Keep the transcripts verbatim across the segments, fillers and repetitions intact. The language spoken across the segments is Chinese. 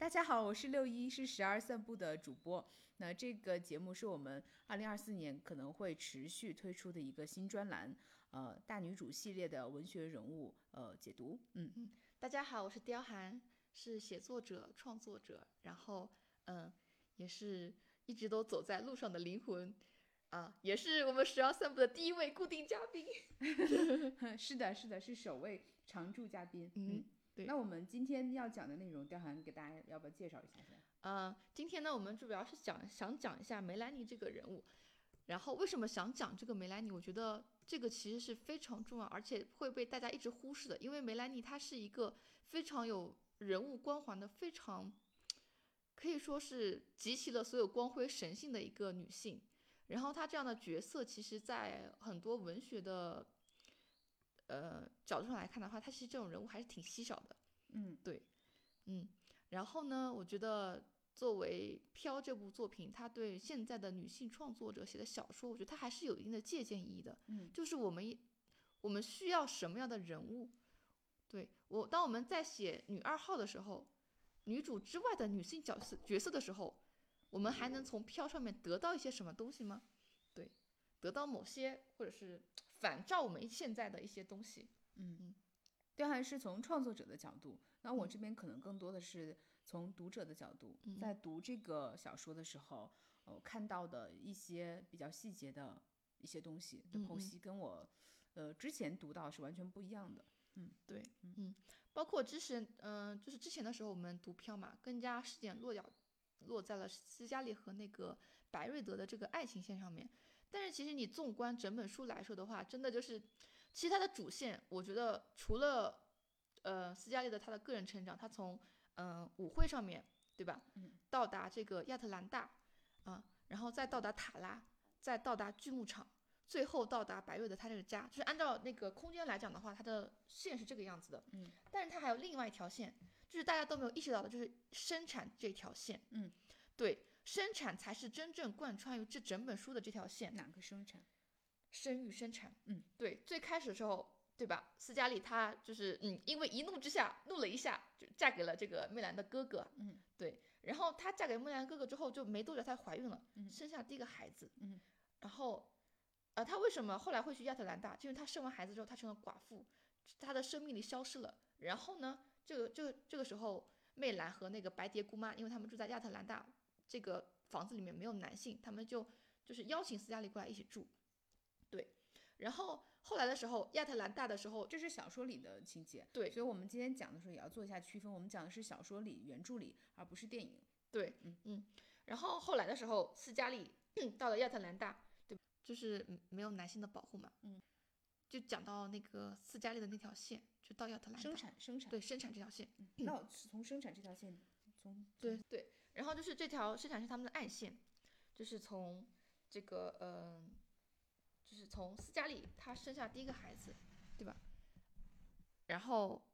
家好，我是六一，是十二散步的主播。那这个节目是我们二零二四年可能会持续推出的一个新专栏，呃，大女主系列的文学人物呃解读。嗯嗯，大家好，我是刁寒，是写作者、创作者，然后嗯，也是一直都走在路上的灵魂啊，也是我们十二散步的第一位固定嘉宾。 是的，是的，是首位常驻嘉宾。嗯， 嗯，对， 那我们今天要讲的内容，刁涵给大家要不要介绍一下先？ 呃，今天呢，我们主要是讲想讲一下梅兰妮这个人物，然后为什么想讲这个梅兰妮？我觉得这个其实是非常重要，而且会被大家一直忽视的，因为梅兰妮她是一个非常有人物光环的，非常可以说是集齐了所有光辉神性的一个女性。然后她这样的角色，其实在很多文学的呃角度上来看的话，她其实这种人物还是挺稀少的。 嗯， 对，嗯。然后呢，我觉得作为《飘》这部作品，它对现在的女性创作者写的小说，我觉得它还是有一定的借鉴意义的。 嗯， 就是我们我们需要什么样的人物？对我，当我们在写女二号的时候，女主之外的女性角色角色的时候，我们还能从票上面得到一些什么东西吗？对，得到某些或者是反照我们现在的一些东西。嗯刁涵是从创作者的角度，那我嗯这边可能更多的是从读者的角度，在嗯读这个小说的时候，呃，看到的一些比较细节的一些东西的嗯嗯， 剖析，跟我呃之前读到是完全不一样的。 对，嗯，包括之前，嗯、就是之前的时候我们读票嘛，更加视点落脚落在了斯嘉丽和那个白瑞德的这个爱情线上面。但是其实你纵观整本书来说的话，真的就是，其实它的主线，我觉得除了呃斯嘉丽的她的个人成长，她从嗯、呃舞会上面对吧，到达这个亚特兰大啊，然后再到达塔拉，再到达锯木厂，最后到达白瑞德他这个家，就是按照那个空间来讲的话，它的线是这个样子的。嗯，但是它还有另外一条线，就是大家都没有意识到的，就是生产这条线。 嗯， 对，生产才是真正贯穿于这整本书的这条线。 哪个生产？ 生育生产。 嗯， 对，最开始的时候，对吧？斯嘉丽她就是嗯，因为一怒之下怒了一下，就嫁给了这个媚兰的哥哥。 嗯， 对，然后她嫁给媚兰哥哥之后，就没多久她怀孕了，嗯、生下第一个孩子。 嗯， 然后呃，她为什么后来会去亚特兰大？就是她生完孩子之后，她成了寡妇，她的生命力消失了。然后呢，这个这个这个时候，媚兰和那个白蝶姑妈，因为他们住在亚特兰大这个房子里面没有男性，他们就就是邀请斯嘉丽过来一起住。对，然后后来的时候，亚特兰大的时候， 这是小说里的情节， 对所以我们今天讲的时候也要做一下区分，我们讲的是小说里原著里，而不是电影。 对，嗯嗯，然后后来的时候，斯嘉丽到了亚特兰大，对，就是没有男性的保护嘛，嗯，就讲到那个斯嘉丽的那条线，就到亚特兰大， 生产生产， 对，生产这条线， 嗯，那我从生产这条线，从对对，然后就是这条生产是他们的暗线，就是从这个呃，就是从斯嘉丽她生下第一个孩子，对吧？然后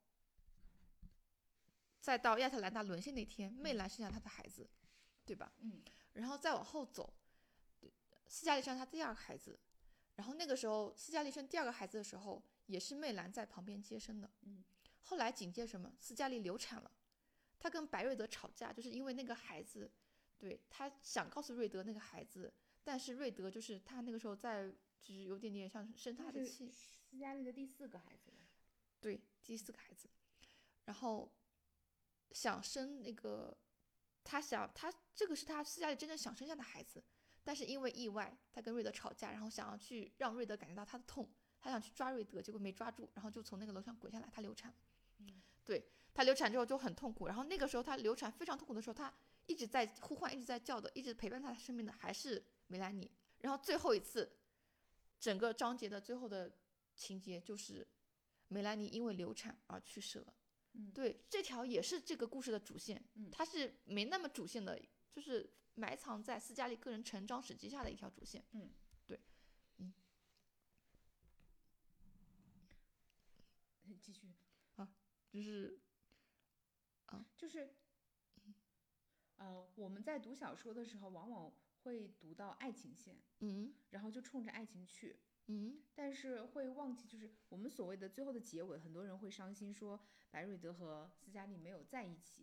再到亚特兰大沦陷那天，媚兰生下她的孩子，对吧？ 嗯， 然后再往后走，斯嘉丽生下她第二个孩子，然后那个时候斯嘉丽生第二个孩子的时候，也是媚兰在旁边接生的。 嗯， 后来紧接什么？斯嘉丽流产了，她跟白瑞德吵架，就是因为那个孩子，对她想告诉瑞德那个孩子，但是瑞德就是他那个时候在，就是有点点像生他的气， 斯嘉丽的第四个孩子了。 对，第四个孩子，然后想生那个，他想他这个是他斯嘉丽真正想生下的孩子，但是因为意外，他跟瑞德吵架，然后想要去让瑞德感觉到他的痛，他想去抓瑞德，结果没抓住，然后就从那个楼上滚下来，他流产了。 嗯， 对，他流产之后就很痛苦，然后那个时候他流产非常痛苦的时候，他一直在呼唤，一直在叫的，一直陪伴他生命的还是梅兰妮。然后最后一次，整个章节的最后的情节就是梅兰妮因为流产而去世了。 嗯， 对，这条也是这个故事的主线， 嗯， 它是没那么主线的，就是埋藏在斯嘉丽个人成长史记下的一条主线。 嗯， 对，嗯， 继续啊，就是就是呃，我们在读小说的时候，往往会读到爱情线， 嗯然后就冲着爱情去， 嗯但是会忘记，就是我们所谓的最后的结尾，很多人会伤心说白瑞德和斯嘉丽没有在一起，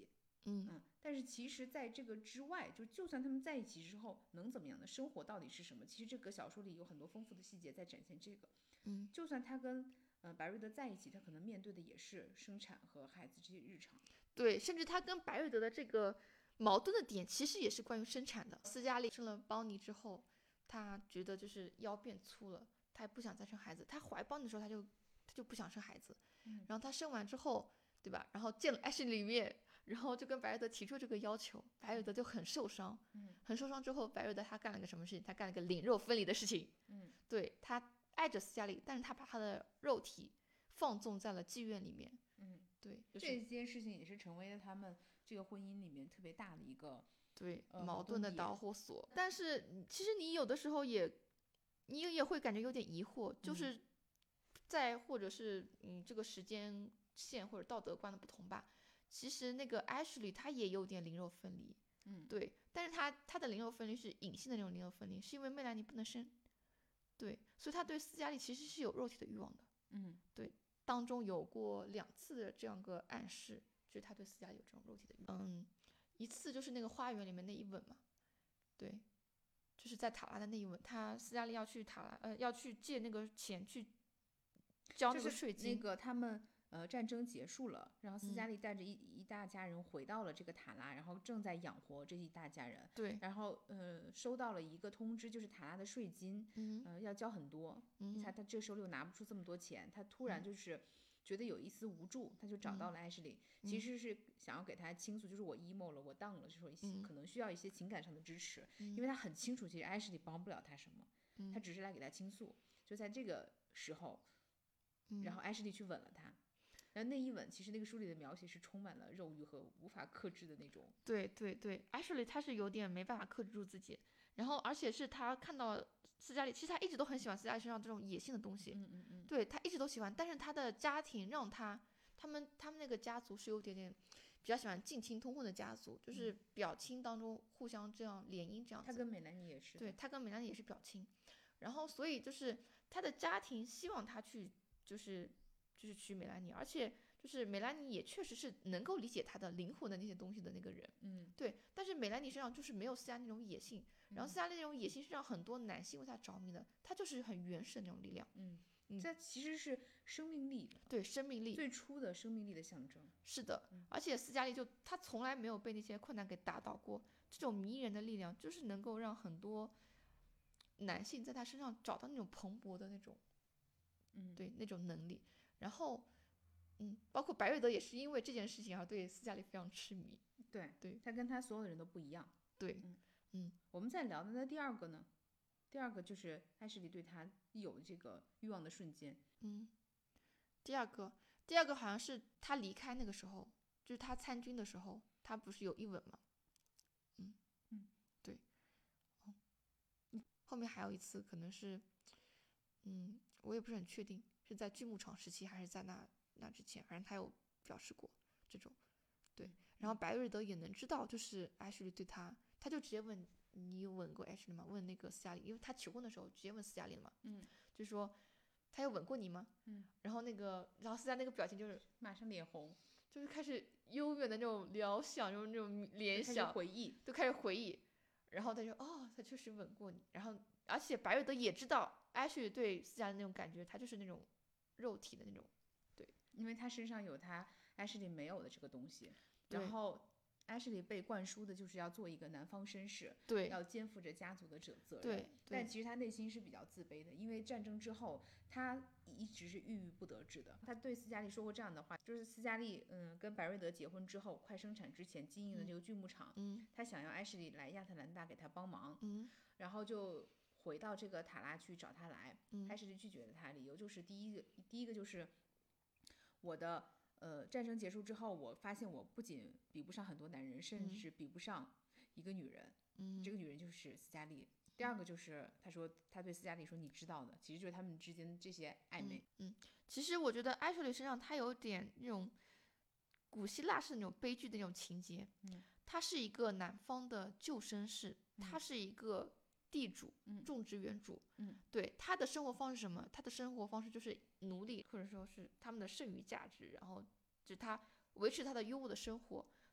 嗯嗯，但是其实在这个之外，就就算他们在一起之后能怎么样呢？生活到底是什么？其实这个小说里有很多丰富的细节在展现这个。 嗯， 就算他跟呃白瑞德在一起，他可能面对的也是生产和孩子这些日常。 对，甚至他跟白瑞德的这个矛盾的点，其实也是关于生产的。斯嘉丽生了邦尼之后，他觉得就是腰变粗了，他也不想再生孩子。他怀邦尼的时候，他就他就不想生孩子。 嗯， 然后他生完之后，对吧？然后见了艾什里面，然后就跟白瑞德提出这个要求，白瑞德就很受伤。 嗯， 很受伤之后，白瑞德他干了个什么事情？他干了个灵肉分离的事情。 嗯， 对，他爱着斯嘉丽，但是他把他的肉体放纵在了妓院里面。 嗯， 对，就是这件事情也是成为了他们这个婚姻里面特别大的一个对呃矛盾的点导火索。但是其实你有的时候也，你也会感觉有点疑惑，就是在或者是嗯这个时间线或者道德观的不同吧。其实那个 Ashley 他也有点灵肉分离， 嗯， 对，但是他他的灵肉分离是隐性的那种灵肉分离，是因为麦兰妮不能生，对，所以他对斯嘉丽其实是有肉体的欲望的。 嗯， 对，当中有过两次的这样个暗示，就是他对斯嘉丽有这种肉体的欲望。嗯，一次就是那个花园里面那一吻嘛，对，就是在塔拉的那一吻，他斯嘉丽要去塔拉，呃，要去借那个钱去交那个就是那税金。 个他们呃战争结束了，然后斯嗯嘉丽带着一一大家人回到了这个塔拉，然后正在养活这一大家人。 对， 然后呃收到了一个通知，就是塔拉的税金， 嗯呃要交很多， 嗯他他这手里又拿不出这么多钱，他突然就是觉得有一丝无助，他就找到了艾什莉，其实是想要给他倾诉，就是我 emo 了，我 down 了，就说一些嗯可能需要一些情感上的支持， 嗯因为他很清楚其实艾什莉帮不了他什么，他嗯只是来给他倾诉。就在这个时候， 嗯， 然后艾什莉去吻了他。然后那一吻，其实那个书里的描写是充满了肉欲和无法克制的那种。 对对对，Ashley 他是有点没办法克制住自己，然后而且是他看到斯嘉丽，其实他一直都很喜欢斯嘉丽身上这种野性的东西， 嗯嗯嗯， 对他一直都喜欢，但是他的家庭让他，他们他们那个家族是有点点比较喜欢近亲通婚的家族，就是表亲当中互相这样联姻这样子。 他跟美兰妮也是。 对，他跟美兰妮也是表亲，然后所以就是他的家庭希望他去就是就是娶美兰妮，而且就是美兰妮也确实是能够理解他的灵魂的那些东西的那个人。 嗯， 对，但是美兰妮身上就是没有斯嘉那种野性，然后斯嘉那种野性是让很多男性为他着迷的，他就是很原始的那种力量。 嗯， 嗯这其实是生命力的， 对，生命力。 最初的生命力的象征。 是的，而且斯嘉丽就他从来没有被那些困难给打倒过，这种迷人的力量就是能够让很多男性在他身上找到那种蓬勃的那种， 嗯， 对，那种能力。然后，嗯，包括白瑞德也是因为这件事情而对斯嘉丽非常痴迷。 对对， 他跟他所有的人都不一样。 对， 嗯嗯我们在聊的那第二个呢，第二个就是艾什莉对他有这个欲望的瞬间。 嗯。第二个，第二个好像是他离开那个时候，就是他参军的时候，他不是有一吻吗？嗯嗯， 对，哦，后面还有一次可能是，嗯，我也不是很确定是在锯木厂时期还是在那那之前，反正他有表示过这种，对，然后白瑞德也能知道，就是艾什莉对他，他就直接问你有吻过艾什莉吗？问那个斯嘉丽，因为他求婚的时候直接问斯嘉丽了嘛， 嗯， 就说他有吻过你吗？ 嗯， 然后那个，然后斯嘉那个表情就是马上脸红， 就是开始悠远的那种联想，就是那种联开始想， 回忆。 就开始回忆，然后他就哦，他确实吻过你，然后而且白瑞德也知道艾许对斯嘉的那种感觉，他就是那种肉体的那种，对， 因为他身上有他艾什莉没有的这个东西， 对然后艾什莉被灌输的就是要做一个南方绅士， 对要肩负着家族的责责任。 对对但其实他内心是比较自卑的，因为战争之后他一直是郁郁不得志的。他对斯嘉丽说过这样的话，就是斯嘉丽嗯跟白瑞德结婚之后，快生产之前经营的这个锯木厂， 嗯他想要艾什莉来亚特兰大给他帮忙， 嗯然后就回到这个塔拉去找他来， 嗯艾什莉拒绝了他，理由就是第一个第一个就是我的。呃，战争结束之后，我发现我不仅比不上很多男人，甚至比不上一个女人。 嗯， 这个女人就是斯嘉丽。第二个就是他说他对斯嘉丽说你知道的，其实就是他们之间这些暧昧。 嗯，嗯其实我觉得艾雪莉身上他有点那种古希腊式那种悲剧的那种情节， 嗯， 他是一个南方的旧绅士， 嗯他是一个地主， 嗯种植园主， 嗯， 对，他的生活方式是什么？他的生活方式就是奴隶或者说是他们的剩余价值，然后就他维持他的优渥的生活。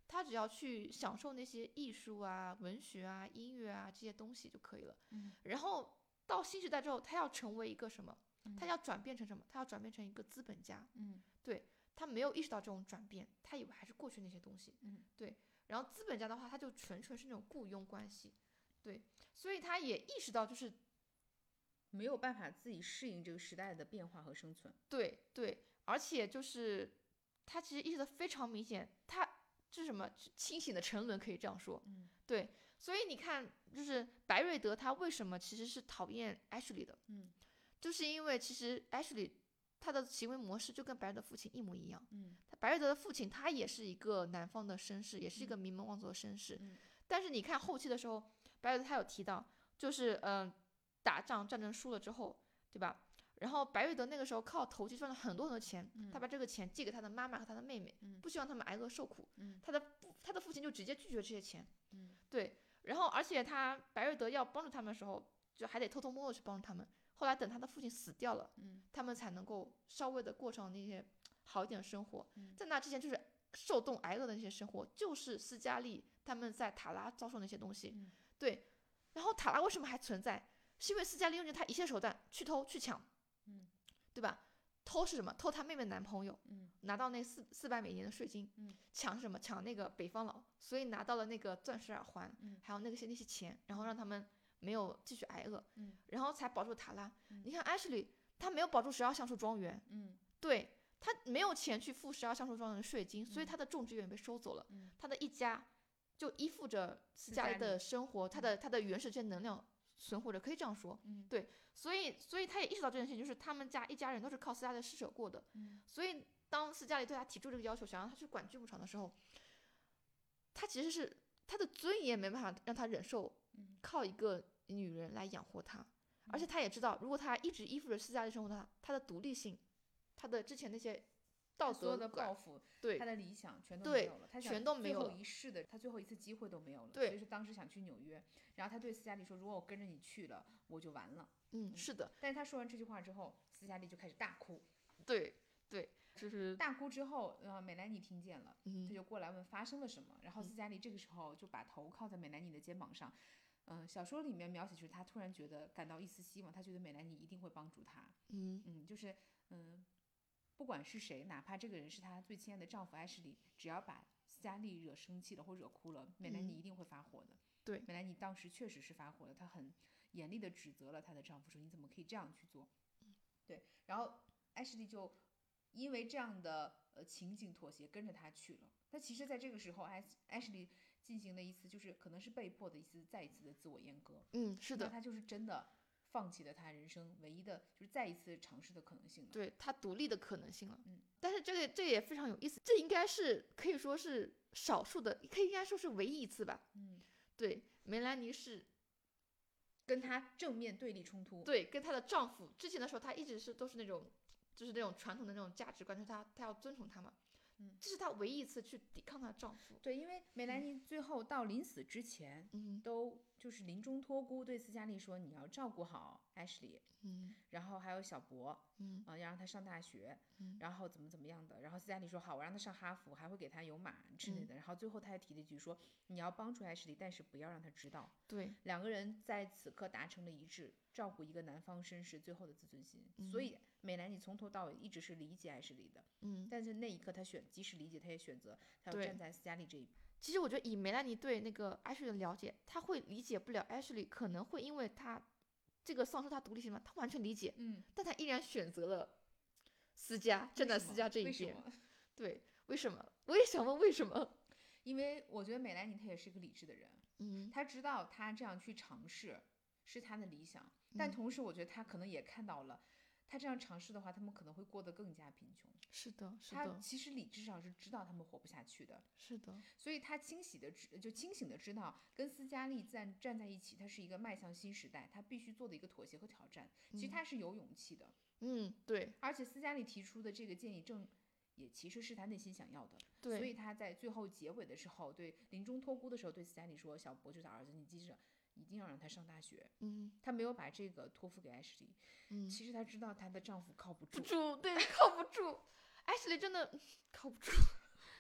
他只要去享受那些艺术啊、文学啊、音乐啊这些东西就可以了。 嗯， 然后到新时代之后，他要成为一个什么？ 嗯他要转变成什么？他要转变成一个资本家。 嗯对，他没有意识到这种转变，他以为还是过去那些东西。 嗯对，然后资本家的话，他就纯纯是那种雇佣关系。对，所以他也意识到，就是没有办法自己适应这个时代的变化和生存。 对对，而且就是他其实意识的非常明显，他这是什么清醒的沉沦，可以这样说。 嗯对，所以你看，就是白瑞德他为什么其实是讨厌 Ashley 的， 嗯就是因为其实 Ashley 他的行为模式就跟白瑞德父亲一模一样。 嗯他白瑞德的父亲他也是一个南方的绅士，也是一个名门望族的绅士。 嗯但是你看后期的时候，白瑞德他有提到，就是嗯、呃打仗战争输了之后，对吧？然后白瑞德那个时候靠投机赚了很多很多钱， 嗯他把这个钱借给他的妈妈和他的妹妹， 嗯不希望他们挨饿受苦。 嗯他的父他的父亲就直接拒绝这些钱。 嗯对，然后而且他白瑞德要帮助他们的时候，就还得偷偷摸摸去帮助他们。后来等他的父亲死掉了， 嗯他们才能够稍微的过上那些好一点的生活。 嗯在那之前就是受冻挨饿的那些生活，就是斯嘉丽他们在塔拉遭受那些东西。 嗯对，然后塔拉为什么还存在？是因为斯嘉丽用尽他一切手段去偷去抢， 嗯对吧？偷是什么？偷他妹妹男朋友， 嗯拿到那四四百美元的税金。 嗯抢是什么？抢那个北方佬，所以拿到了那个钻石耳环， 嗯还有那个些那些钱，然后让他们没有继续挨饿， 嗯然后才保住塔拉。 嗯你看 Ashley，他没有保住十二橡树庄园， 嗯对，他没有钱去付十二橡树庄园的税金，所以他的种植园被收走了， 嗯他的一家就依附着斯嘉丽斯嘉丽的生活，他的他的原始这些能量存活着，可以这样说。 嗯对，所以所以他也意识到这件事情，就是他们家一家人都是靠斯嘉丽的施舍过的。 嗯所以当斯嘉丽对他提出这个要求，想让他去管锯木厂的时候，他其实是他的尊严没办法让他忍受嗯靠一个女人来养活他，而且他也知道，如果他一直依附着斯嘉丽生活的话，他的独立性，他的之前那些道所有的德感抱负， 对他的理想全都对没有了，他想全都没最后有了一世的，他最后一次机会都没有了， 对所以说当时想去纽约，然后他对斯嘉丽说，如果我跟着你去了，我就完了。 嗯，是的， 但是他说完这句话之后，斯嘉丽就开始大哭， 对对，就是大哭之后，呃，美兰妮听见了， 嗯他就过来问发生了什么，然后斯嘉丽这个时候就把头靠在美兰妮的肩膀上。嗯、小说里面描写就是他突然觉得感到一丝希望，他觉得美兰妮一定会帮助他。 嗯嗯，就是嗯，不管是谁，哪怕这个人是她最亲爱的丈夫艾什利，只要把斯嘉丽惹生气了或惹哭了，美兰妮嗯一定会发火的。 对美兰妮当时确实是发火了，她很严厉的指责了她的丈夫，说你怎么可以这样去做？对，然后艾什利就因为这样的呃情景妥协，跟着他去了。但其实，在这个时候，艾艾什利进行了一次，就是可能是被迫的一次再一次的自我阉割。 嗯，是的， 那他就是真的放弃了他人生唯一的，就是再一次尝试的可能性了。 对他独立的可能性了。 嗯， 但是这个这个也非常有意思，这应该是可以说是少数的，可以应该说是唯一一次吧。 嗯， 对，梅兰妮是跟他正面对立冲突。 对跟她的丈夫之前的时候，她一直是都是那种就是那种传统的那种价值观，就是她她要遵从他嘛。 嗯， 这是她唯一一次去抵抗她的丈夫。 对，因为梅兰妮最后到临死之前， 嗯都就是临终托孤，对斯嘉丽说你要照顾好艾什利， 嗯然后还有小博， 嗯啊、要让他上大学， 嗯然后怎么怎么样的。然后斯嘉丽说好，我让他上哈佛，还会给他有马之类的。然后最后他还提了一句说你要帮助艾什利，但是不要让他知道。 对， 两个人在此刻达成了一致，照顾一个南方绅士最后的自尊心。 嗯所以美兰妮从头到尾一直是理解艾什利的， 嗯， 但是那一刻他选，即使理解，他也选择他要对站在斯嘉丽这一边。 其实我觉得以梅兰妮对那个艾 s 的了解，她会理解不了艾 s 可能会因为她这个丧失她独立性嘛，她完全理解， 嗯， 但她依然选择了私家，站在私家这一边。 为什么？ 对，为什么？我也想问为什么？ 因为我觉得美兰妮她也是一个理智的人， 嗯她知道她这样去尝试是她的理想，但嗯同时我觉得她可能也看到了，她这样尝试的话，他们可能会过得更加贫穷。 是的，是她的， 其实理智上是知道他们活不下去的， 是的， 所以他清晰的知就清醒的知道跟斯嘉丽站站在一起，他是一个迈向新时代，他必须做的一个妥协和挑战。其实他是有勇气的， 嗯，对而且斯嘉丽提出的这个建议正也其实是他内心想要的。 对， 所以他在最后结尾的时候，对临终托孤的时候，对斯嘉丽说：“小博就是儿子，你记着，一定要让他上大学。” 嗯他没有把这个托付给艾什莉。 嗯， 其实他知道她的丈夫靠不住， 不住，对，靠不住。艾什莉真的靠不住，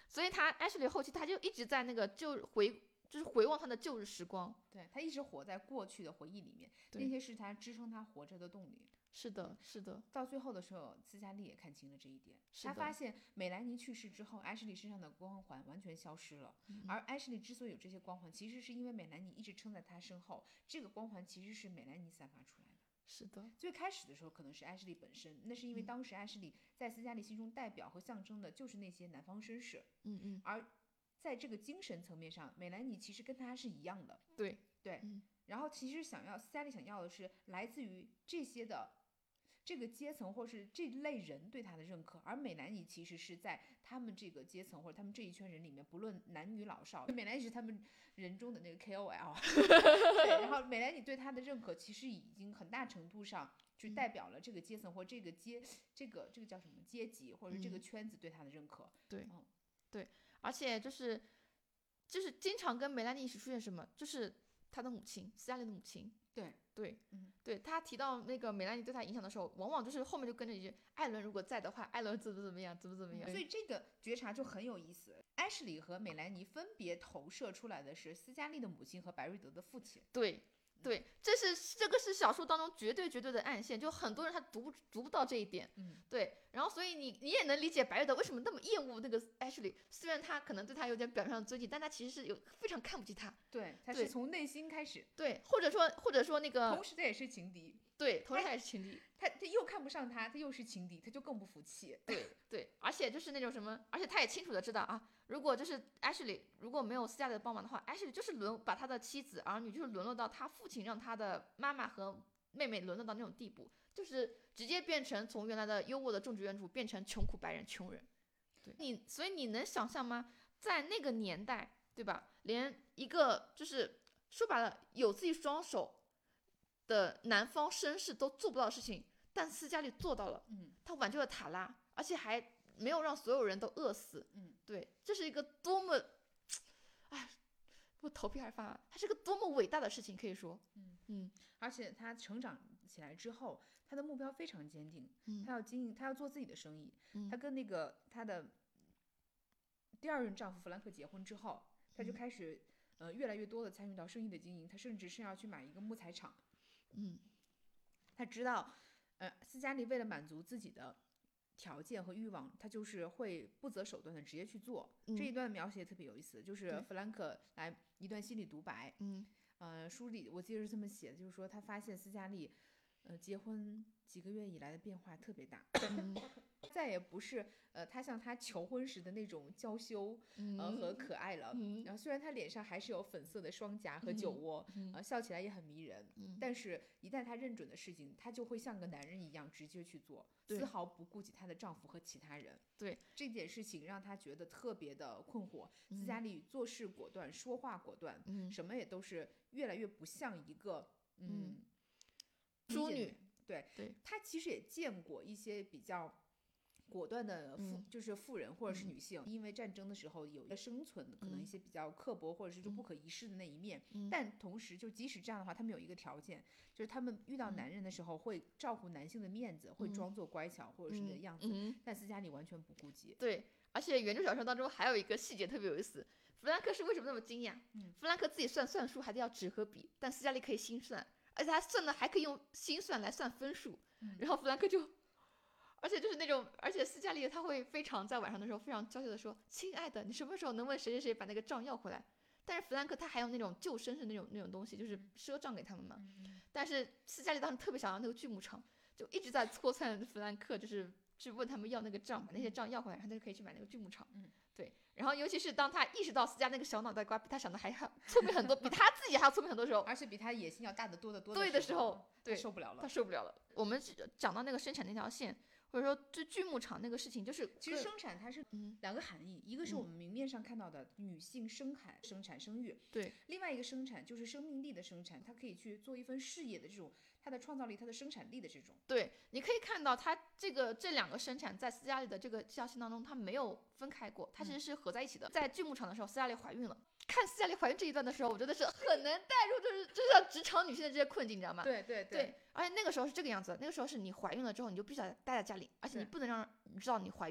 所以他 Ashley 后期他就一直在那个就回就是回望他的旧日时光， 对，他一直活在过去的回忆里面， 对那些是他支撑他活着的动力。 是的，是的， 到最后的时候，斯嘉丽也看清了这一点， 是的他发现美兰妮去世之后，艾什莉身上的光环完全消失了。 嗯而艾什莉之所以有这些光环，其实是因为美兰妮一直撑在他身后，这个光环其实是美兰妮散发出来的。 是的， 最开始的时候可能是艾什莉本身，那是因为嗯当时艾什莉在斯嘉丽心中代表和象征的就是那些南方绅士， 嗯嗯， 而在这个精神层面上，美兰妮其实跟他是一样的。 对对， 嗯然后其实想要斯嘉丽想要的是来自于这些的这个阶层或是这类人对他的认可，而美兰妮其实是在他们这个阶层或者他们这一圈人里面，不论男女老少，美兰妮是他们人中的那个 K O L 对，然后美兰妮对他的认可其实已经很大程度上去代表了这个阶层或这个阶这个这个叫什么阶级或者是这个圈子对他的认可。 对、 嗯、 对，而且就是就是经常跟梅兰妮一起出现什么，就是他的母亲斯嘉丽的母亲。 对对， 嗯， 对他提到那个梅兰妮对他影响的时候，往往就是后面就跟着一句艾伦如果在的话，艾伦怎么怎么样，怎么怎么样。 所以这个觉察就很有意思。艾什莉和美兰妮分别投射出来的是斯嘉丽的母亲和白瑞德的父亲。 对对，这是这个是小说当中绝对绝对的暗线，就很多人他读不读不到这一点。 嗯， 对，然后所以你你也能理解白瑞德为什么那么厌恶那个 Ashley， 虽然他可能对他有点表面上的尊敬，但他其实是有非常看不起他。 对，他对是从内心开始， 对，或者说或者说那个同时他也是情敌。 对，同时他也是情敌。 他他又看不上他，他又是情敌，他就更不服气。 对对，而且就是那种什么，而且他也清楚的知道啊，如果就是 Ashley 如果没有斯嘉丽的帮忙的话 ，Ashley 就是沦把他的妻子儿女就是沦落到他父亲让他的妈妈和妹妹沦落到那种地步，就是直接变成从原来的优渥的种植园主变成穷苦白人穷人。对你，所以你能想象吗？在那个年代，对吧？连一个就是说白了有自己双手的南方绅士都做不到的事情，但斯嘉丽做到了。 嗯， 他挽救了塔拉，而且还没有让所有人都饿死。 嗯， 对，这是一个多么，哎，我头皮还发麻，它是个多么伟大的事情，可以说。 嗯嗯， 而且他成长起来之后，他的目标非常坚定， 嗯他要经营，他要做自己的生意。 嗯他跟那个他的第二任丈夫弗兰克结婚之后，他就嗯开始、呃越来越多的参与到生意的经营，他甚至是要去买一个木材厂。 嗯他知道，呃，斯嘉丽为了满足自己的条件和欲望，他就是会不择手段的直接去做。 嗯这一段描写特别有意思，就是对弗兰克来一段心理独白。 嗯呃，书里我记得是这么写的，就是说他发现斯嘉丽，呃，结婚几个月以来的变化特别大， 嗯再也不是呃他向他求婚时的那种娇羞呃和可爱了。 嗯然后虽然他脸上还是有粉色的双颊和酒窝， 嗯呃，笑起来也很迷人， 嗯但是一旦他认准的事情，他就会像个男人一样直接去做， 对丝毫不顾及她的丈夫和其他人。 对， 这件事情让他觉得特别的困惑。 嗯斯嘉丽做事果断，说话果断， 嗯什么也都是越来越不像一个嗯淑女。 对， 对， 她其实也见过一些比较果断的妇， 嗯就是妇人或者是嗯女性，因为战争的时候有一个生存的可能一些比较刻薄或者是就不可一世的那一面， 嗯但同时就即使这样的话，他们有一个条件，就是他们遇到男人的时候会照顾男性的面子，会装作乖巧或者是的样子， 嗯嗯但斯嘉丽完全不顾及。 对，而且原著小说当中还有一个细节特别有意思，弗兰克是为什么那么惊讶？ 嗯弗兰克自己算算术还得要纸和笔，但斯嘉丽可以心算，而且他算的还可以用心算来算分数。 嗯然后弗兰克就，而且就是那种，而且斯嘉丽他会非常在晚上的时候非常娇羞的说：“亲爱的，你什么时候能问谁谁谁把那个账要回来？”但是弗兰克他还有那种救绅士那种那种东西，就是赊账给他们嘛。 嗯但是斯嘉丽当时特别想要那个锯木厂，就一直在搓攥弗兰克，就是去问他们要那个账，把那些账要回来，然后他就可以去买那个锯木厂。 嗯， 对。然后尤其是当他意识到斯嘉那个小脑袋瓜比他想的还要聪明很多，比他自己还要聪明很多的时候， 而且比他野心要大得多得多对的的时候，对， 受不了了他。受不了了。我们讲到那个生产那条线，或者说这锯木厂那个事情，就是其实生产它是嗯两个含义，一个是嗯我们明面上看到的女性生产、生产、生育， 对另外一个生产就是生命力的生产，它可以去做一份事业的这种，它的创造力、它的生产力的这种。 对，你可以看到它这个这两个生产在斯嘉丽的这个这条线当中，它没有分开过，它其实是合在一起的。在锯木厂的时候，斯嘉丽怀孕了。看斯嘉丽怀孕这一段的时候，我真的是很能带入，就是就是像职场女性的这些困境，你知道吗？ 对对对，而且那个时候是这个样子，那个时候是你怀孕了之后，你就必须要待在家里，而且你对不能让人知道你怀孕。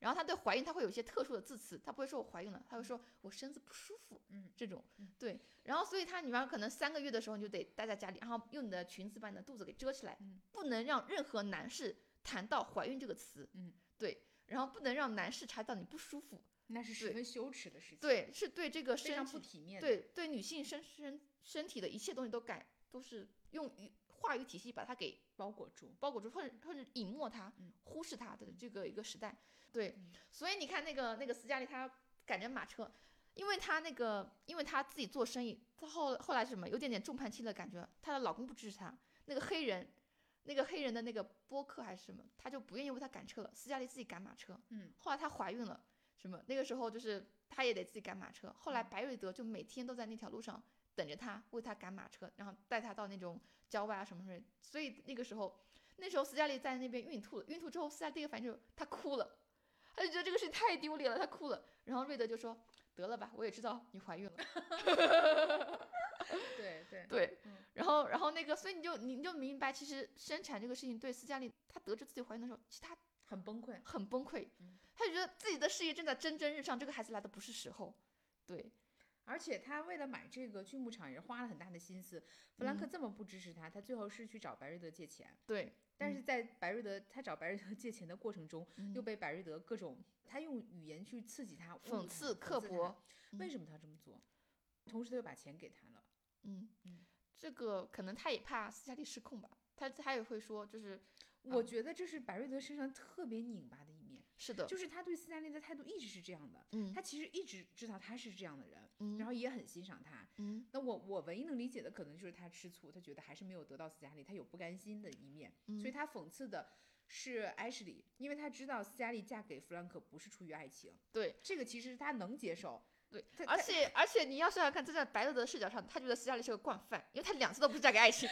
然后他对怀孕他会有一些特殊的字词，他不会说我怀孕了，他会说我身子不舒服， 嗯， 这种， 嗯对。然后所以他女儿可能三个月的时候你就得待在家里，然后用你的裙子把你的肚子给遮起来， 嗯不能让任何男士谈到怀孕这个词， 嗯， 对，然后不能让男士察觉到你不舒服， 那是十分羞耻的事情， 对，是对这个非常身体不体面的， 对对女性身身身体的一切东西都改都是用语话语体系把它给包裹住， 包裹住，或者或者隐没它、 嗯忽视它的这个一个时代。对， 嗯所以你看那个那个斯嘉丽，她赶着马车，因为她那个因为她自己做生意，她后后来是什么有点点众叛亲的感觉，她的老公不支持她，那个黑人。那个黑人的那个播客还是什么，她就不愿意为他赶车了。斯嘉丽自己赶马车， 嗯， 后来她怀孕了，什么那个时候就是她也得自己赶马车。后来白瑞德就每天都在那条路上等着她，为她赶马车，然后带她到那种郊外啊什么什么。所以那个时候，那时候斯嘉丽在那边孕吐了，孕吐之后，斯嘉丽第一个反应就是她哭了，她就觉得这个事情太丢脸了，她哭了。然后瑞德就说：“得了吧，我也知道你怀孕了。” 对对对， 嗯然后然后那个，所以你就你就明白，其实生产这个事情对斯嘉丽，她得知自己怀孕的时候，其实她很崩溃， 很崩溃， 嗯她就觉得自己的事业正在蒸蒸日上，这个孩子来的不是时候。对， 而且他为了买这个锯木厂也是花了很大的心思。弗兰克这么不支持他，他最后是去找白瑞德借钱。 对， 但是在白瑞德他找白瑞德借钱的过程中， 嗯又被白瑞德各种他用语言去刺激他、侮辱他讽刺刻讽刺薄。 他为什么他这么做？同时他又把钱给他了。 嗯嗯， 这个可能他也怕斯嘉丽失控吧，他他也会说，就是我觉得这是白瑞德身上特别拧巴的一面， 是的， 就是他对斯嘉丽的态度一直是这样的。 嗯他其实一直知道他是这样的人， 嗯然后也很欣赏他。 嗯那我我唯一能理解的可能就是他吃醋，他觉得还是没有得到斯嘉丽，他有不甘心的一面， 嗯所以他讽刺的是艾什莉，因为他知道斯嘉丽嫁给弗兰克不是出于爱情， 对这个其实他能接受。 对他， 而且而且你要想想看，站在白瑞德的视角上，他觉得斯嘉丽是个惯犯，因为他两次都不是嫁给爱情。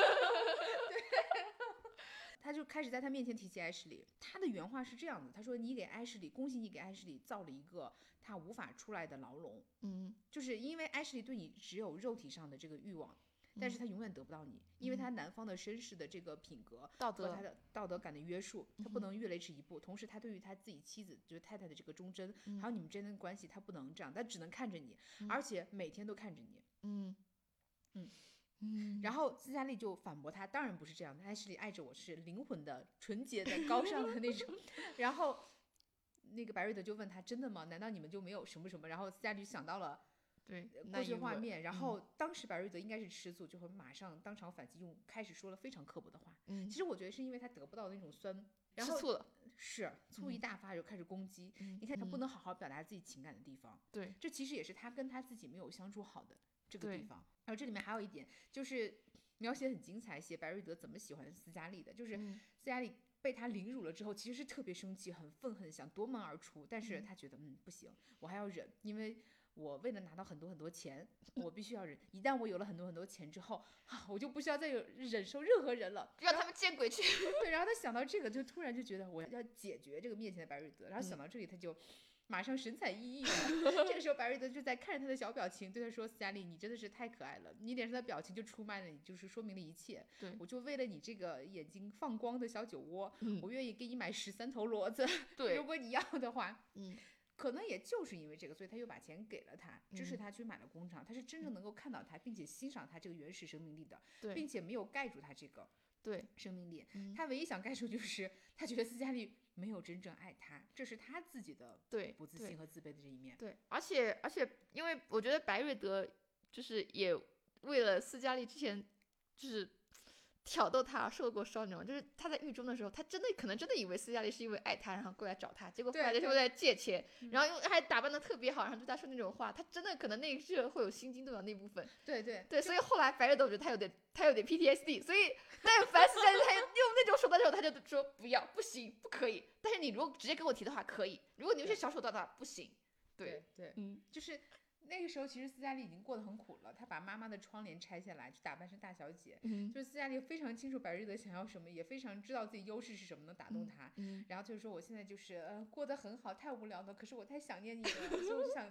他就开始在他面前提起艾什莉，他的原话是这样的，他说：“你给艾什莉，恭喜你给艾什莉造了一个他无法出来的牢笼， 嗯就是因为艾什莉对你只有肉体上的这个欲望。”但是他永远得不到你，因为他南方的绅士的这个品格道德和他的道德感的约束，他不能越雷池一步。同时，他对于他自己妻子就是太太的这个忠贞，还有你们之间的关系，他不能这样，他只能看着你，而且每天都看着你。 嗯嗯嗯， 然后斯嘉丽就反驳他，当然不是这样的，艾什莉爱着我是灵魂的、纯洁的、高尚的那种。然后那个白瑞德就问他：“真的吗？难道你们就没有什么什么？”然后斯嘉丽想到了对， 过去画面，然后嗯当时白瑞德应该是吃醋，就会马上当场反击，用开始说了非常刻薄的话。 嗯， 其实我觉得是因为他得不到那种酸，然后吃醋了， 是醋一大发就开始攻击。 嗯你看他不能好好表达自己情感的地方， 对， 这其实也是他跟他自己没有相处好的这个地对方。然后这里面还有一点就是描写很精彩，写白瑞德怎么喜欢斯嘉丽的，就是嗯斯嘉丽被他凌辱了之后，其实是特别生气、很愤恨，想夺门而出，但是嗯他觉得嗯不行，我还要忍，因为我为了拿到很多很多钱，我必须要忍。一旦我有了很多很多钱之后，啊，我就不需要再有忍受任何人了， 让他们见鬼去。 对，然后他想到这个，就突然就觉得我要解决这个面前的白瑞德，然后想到这里，他就马上神采奕奕的。这个时候，白瑞德就在看着他的小表情，对他说：“斯嘉丽，你真的是太可爱了，你脸上的表情就出卖了你，就是说明了一切。 对我就为了你这个眼睛放光的小酒窝， 嗯我愿意给你买十三头骡子， 对如果你要的话。” 嗯可能也就是因为这个，所以他又把钱给了他，支持嗯他去买了工厂。他是真正能够看到他，并且欣赏他这个原始生命力的， 对并且没有盖住他这个对， 生命力。 嗯他唯一想盖住就是他觉得斯嘉丽没有真正爱他，这是他自己的对不自对信和自卑的这一面。 对，而且而且，因为我觉得白瑞德就是也为了斯嘉丽之前就是挑逗他而受过伤那种，就是他在狱中的时候，他真的可能真的以为斯嘉丽是因为爱他，然后过来找他，结果后来对就是为了借钱， 嗯然后又还打扮的特别好，然后对他说那种话，他真的可能那一刻会有心惊动的那部分。 对对对，所以后来白瑞德我觉得他有点他有点 P T S D， 所以但凡斯嘉丽他用那种手段的时候，他就说不要，不行，不可以。但是你如果直接跟我提的话，可以；如果你有些小手段的话，不行。 对对， 嗯， 就是那个时候，其实斯嘉丽已经过得很苦了。她把妈妈的窗帘拆下来，去打扮成大小姐。 嗯就是斯嘉丽非常清楚白瑞德想要什么，也非常知道自己优势是什么，能打动他。 嗯然后就是说，我现在就是呃过得很好，太无聊了，可是我太想念你了，所以我就想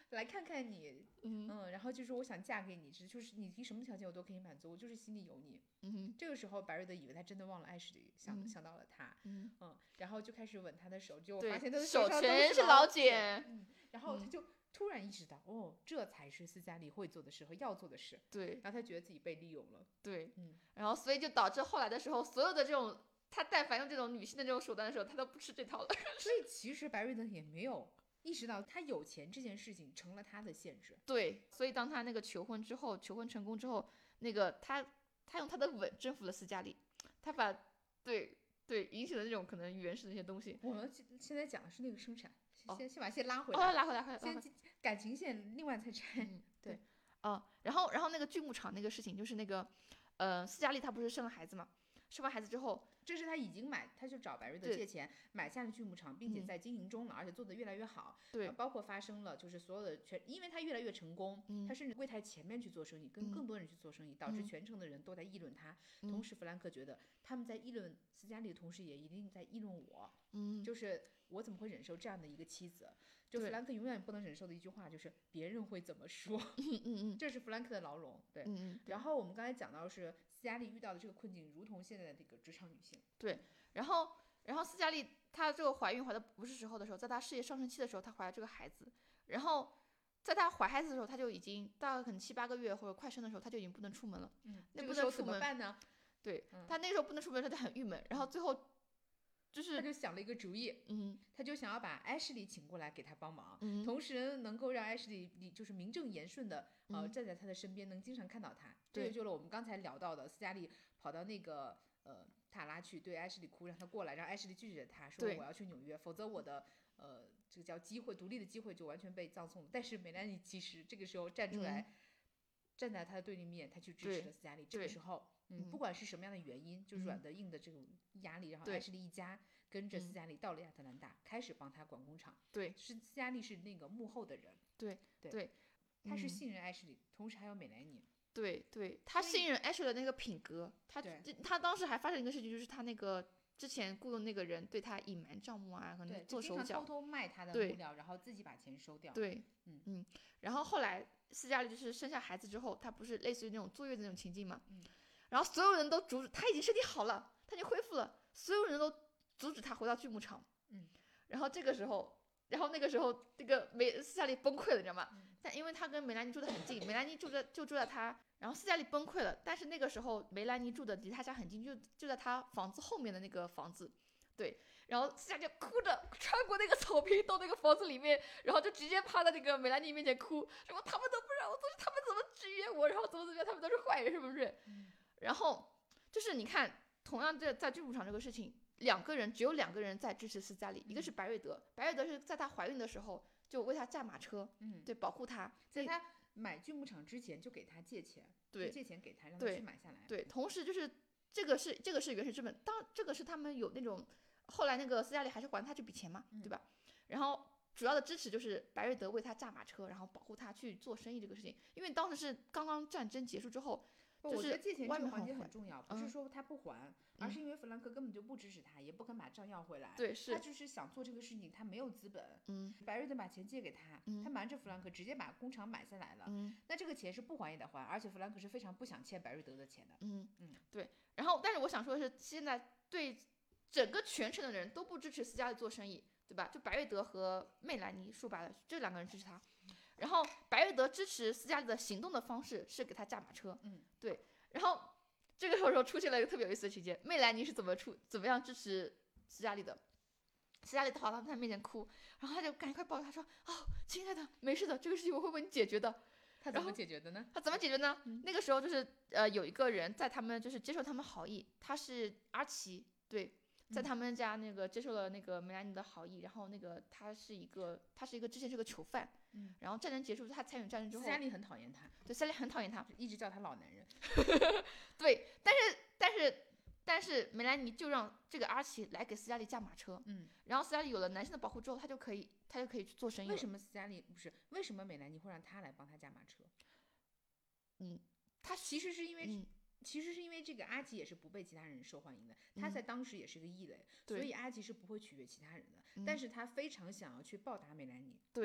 来看看你， 嗯嗯，然后就说我想嫁给你，只就是你提什么条件我都可以满足，我就是心里有你。 嗯这个时候白瑞德以为他真的忘了艾什莉，想、 嗯想到了他， 嗯， 嗯，然后就开始吻他的手，结果对， 发现他的手上都全是老茧， 嗯，然后他嗯就突然意识到，哦，这才是斯嘉丽会做的事和要做的事， 对然后他觉得自己被利用了， 对， 嗯， 然后所以就导致后来的时候，所有的这种他但凡用这种女性的这种手段的时候，他都不吃这套了。 所以其实白瑞德也没有意识到他有钱这件事情成了他的限制， 对，所以当他那个求婚之后，求婚成功之后，那个他他用他的吻征服了斯嘉丽，他把对对引起了那种可能原始的一些东西。 我们现在讲的是那个生产， 哦先先把线拉回哦， 来， 拉回来，拉回来，拉回来。 先感情线另外再拆， 嗯， 对对，哦，然后然后那个锯木厂那个事情就是那个，呃，斯嘉丽她不是生了孩子嘛？生完孩子之后， 这是他已经买，他就找白瑞德对借钱买下了锯木厂，并且嗯在经营中了，而且做得越来越好。 对呃包括发生了就是所有的全，因为他越来越成功， 嗯他甚至柜台前面去做生意，跟嗯更多人去做生意，导致嗯全城的人都在议论他。 嗯同时，弗兰克觉得他们在议论斯嘉丽的同时，也一定在议论我， 嗯， 就是我怎么会忍受这样的一个妻子？就对弗兰克永远不能忍受的一句话就是别人会怎么说， 嗯嗯嗯这是弗兰克的牢笼。对， 嗯嗯， 然后我们刚才讲到是斯嘉丽遇到的这个困境，如同现在的这个职场女性。 对，然后然后斯嘉丽她这个怀孕怀的不是时候的时候，在她事业上升期的时候，她怀了这个孩子，然后在她怀孩子的时候，她就已经大概可能七八个月或者快生的时候，她就已经不能出门了。 嗯， 那这个时候怎么不能出门办呢？ 对， 嗯她那个时候不能出门，她就很郁闷，然后最后就是他就想了一个主意， 嗯他就想要把艾什莉请过来给他帮忙， 嗯同时能够让艾什莉你就是名正言顺的呃嗯站在他的身边，能经常看到他。这对个就是我们刚才聊到的，斯嘉丽跑到那个呃塔拉去对艾什莉哭，让他过来，让艾什莉拒绝他说对我要去纽约，否则我的呃这个叫机会独立的机会就完全被葬送了。但是梅兰妮其实这个时候站出来，站在他的对立面，他去支持对了斯嘉丽。这个对时候，嗯， 嗯不管是什么样的原因，就嗯软的硬的这种压力，然后对艾什莉一家跟着斯嗯嘉丽到了亚特兰大，开始帮他管工厂。 对是斯嘉丽是那个幕后的人， 对对对，嗯他是信任艾什莉，同时还有美莱妮。 对对，他所以信任 Ashley 的那个品格，他对这他当时还发生一个事情，就是他那个之前雇佣那个人对他隐瞒账目啊，可对， 能就经常偷做手脚， 偷卖他的对物料，然后自己把钱收掉。 对， 嗯嗯，然后后来斯嘉丽就是生下孩子之后，他不是类似于那种坐月子那种情境嘛， 嗯然后所有人都阻止，他已经身体好了，他已经恢复了，所有人都阻止他回到锯木厂， 嗯， 然后这个时候，然后那个时候这个梅斯嘉丽崩溃了，你知道吗？ 嗯但因为他跟梅兰妮住得很近，梅兰妮住在就住在他，然后斯嘉丽崩溃了。但是那个时候梅兰妮住的离他家很近，就就在他房子后面的那个房子，对。然后斯嘉丽哭着穿过那个草坪到那个房子里面，然后就直接趴在那个梅兰妮面前哭，什么他们都不让我做，他们怎么制约我，然后怎么怎么样，他们都是坏人，是不是？ 嗯然后就是你看，同样在在剧组上这个事情，两个人只有两个人在支持斯嘉丽，一个是白瑞德，白瑞德是在她怀孕的时候就为她驾马车， 嗯， 对，保护她， 在他买锯木厂之前就给他借钱， 对就借钱给他，让他对去买下来。 对，同时就是这个是这个是原始资本，当这个是他们有那种后来那个斯嘉丽还是还他这笔钱嘛， 嗯对吧？然后主要的支持就是白瑞德为他驾马车，然后保护他去做生意这个事情，因为当时是刚刚战争结束之后， 不， 就是我觉得借钱外这个环节面很坏很重要，不是嗯说他不还，而是因为弗兰克根本就不支持他，也不肯把账要回来。 对，是他，就是想做这个事情，他没有资本。 嗯白瑞德把钱借给他， 嗯他瞒着弗兰克直接把工厂买下来了。 嗯那这个钱是不还也得还，而且弗兰克是非常不想欠白瑞德的钱的。 嗯嗯对。然后，但是我想说的是，现在对整个全城的人都不支持斯嘉丽做生意，对吧？就白瑞德和麦兰妮，说白了，这两个人支持他。然后白瑞德支持斯嘉丽的行动的方式是给他驾马车， 嗯， 对。然后这个时候出现了一个特别有意思的情节，麦兰妮是怎么出怎么样支持斯嘉丽的？斯嘉丽跑到他面前哭，然后他就赶快抱着他说：“哦，亲爱的，没事的，这个事情我会为你解决的。” 他怎么解决的呢？ 他怎么解决呢？那个时候就是呃，有一个人在他们就是接受他们好意，他是阿奇，对，在他们家那个接受了那个梅兰妮的好意，然后那个他是一个他是一个之前是个囚犯， 嗯， 然后战争结束，他参与战争之后， 斯嘉丽很讨厌他， 对，斯嘉丽很讨厌他， 一直叫他老男人。 对，但是但是但是梅兰妮就让这个阿奇来给斯嘉丽驾马车， 嗯， 然后斯嘉丽有了男性的保护之后，他就可以他就可以去做生意了。 为什么斯嘉丽不是？为什么美兰妮会让他来帮他驾马车？ 嗯， 他其实是因为、 嗯其实是因为这个阿吉也是不被其他人受欢迎的，他在当时也是个异类， 对所以阿吉是不会取悦其他人的。 嗯但是他非常想要去报答美兰妮， 对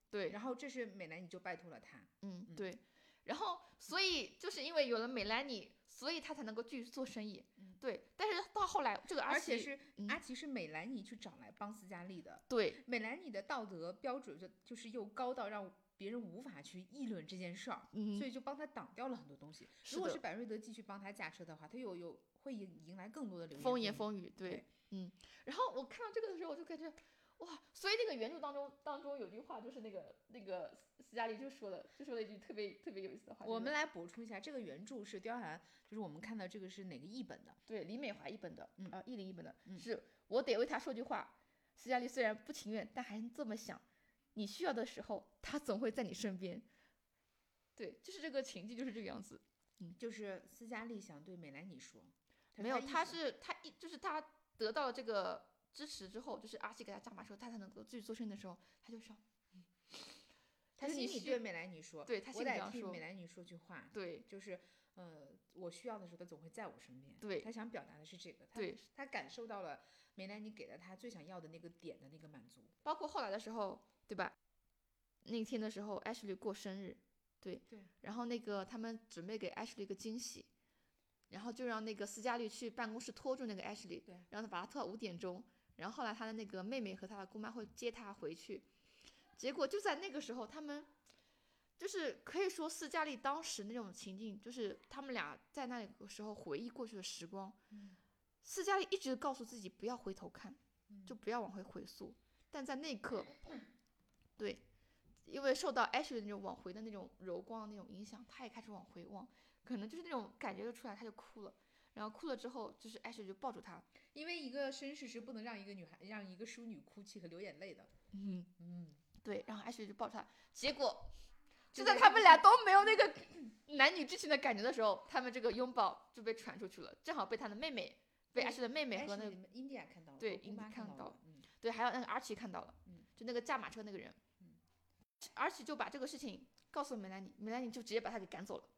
对， 然后这是美兰妮就拜托了他。 嗯，对。然后，所以就是因为有了美兰妮，所以他才能够继续做生意。 嗯， 对。但是到后来，这个阿奇， 而且是、 嗯、 阿奇是美兰妮去找来帮斯嘉丽的。 对， 美兰妮的道德标准就就是又高到让别人无法去议论这件事儿， 嗯， 所以就帮他挡掉了很多东西。如果是百瑞德继续帮他驾车的话，他有有会迎迎来更多的流言风言风语。对， 对， 嗯。然后我看到这个的时候，我就感觉。哇，所以那个原著当中当中有句话，就是那个那个斯嘉丽就说了，就说了一句特别特别有意思的话。 我们来补充一下，这个原著是刁寒，就是我们看到这个是哪个译本的？ 对，李美华译本的， 嗯啊，译林译本的， 嗯、 是我得为他说句话。斯嘉丽虽然不情愿，但还是这么想。你需要的时候，他总会在你身边。对，就是这个情境就是这个样子。嗯， 就是斯嘉丽想对美兰妮说， 没有，他是他一就是他得到了这个。支持之后，就是阿西给他加码说，他才能够继续做生意的时候，他就说，嗯， 他心里对美兰妮说， 对他心里这样说， 我得替美兰妮说句话， 对， 就是呃，我需要的时候，他总会在我身边。 对， 他想表达的是这个， 对， 他感受到了美兰妮给了他最想要的那个点的那个满足。 包括后来的时候，对吧？那天的时候，艾什莉过生日，对， 对， 然后那个他们准备给艾什莉一个惊喜。然后就让那个斯嘉丽去办公室拖住那个艾什莉， 对， 让他把他拖到五点钟。然后后来他的那个妹妹和他的姑妈会接他回去，结果就在那个时候，他们就是可以说斯嘉丽当时那种情境，就是他们俩在那个时候回忆过去的时光。 嗯、 斯嘉丽一直告诉自己不要回头看， 嗯、 就不要往回回溯。但在那一刻，对，因为受到艾什莉那种往回的那种柔光的那种影响，他也开始往回望，可能就是那种感觉就出来，他就哭了。然后哭了之后，就是艾什就抱住他， 因为一个绅士是不能让一个女孩、让一个淑女哭泣和流眼泪的。 嗯嗯， 对。然后艾什就抱住他，结果就在他们俩都没有那个男女之情的感觉的时候，他们这个拥抱就被传出去了，正好被他的妹妹、被艾什的妹妹和那个印第安看到了， 对， 印第安看到了， 嗯，对，还有那个阿奇看到了， 嗯， 就那个驾马车那个人， 嗯， 阿奇就把这个事情告诉梅兰妮，梅兰妮就直接把他给赶走了。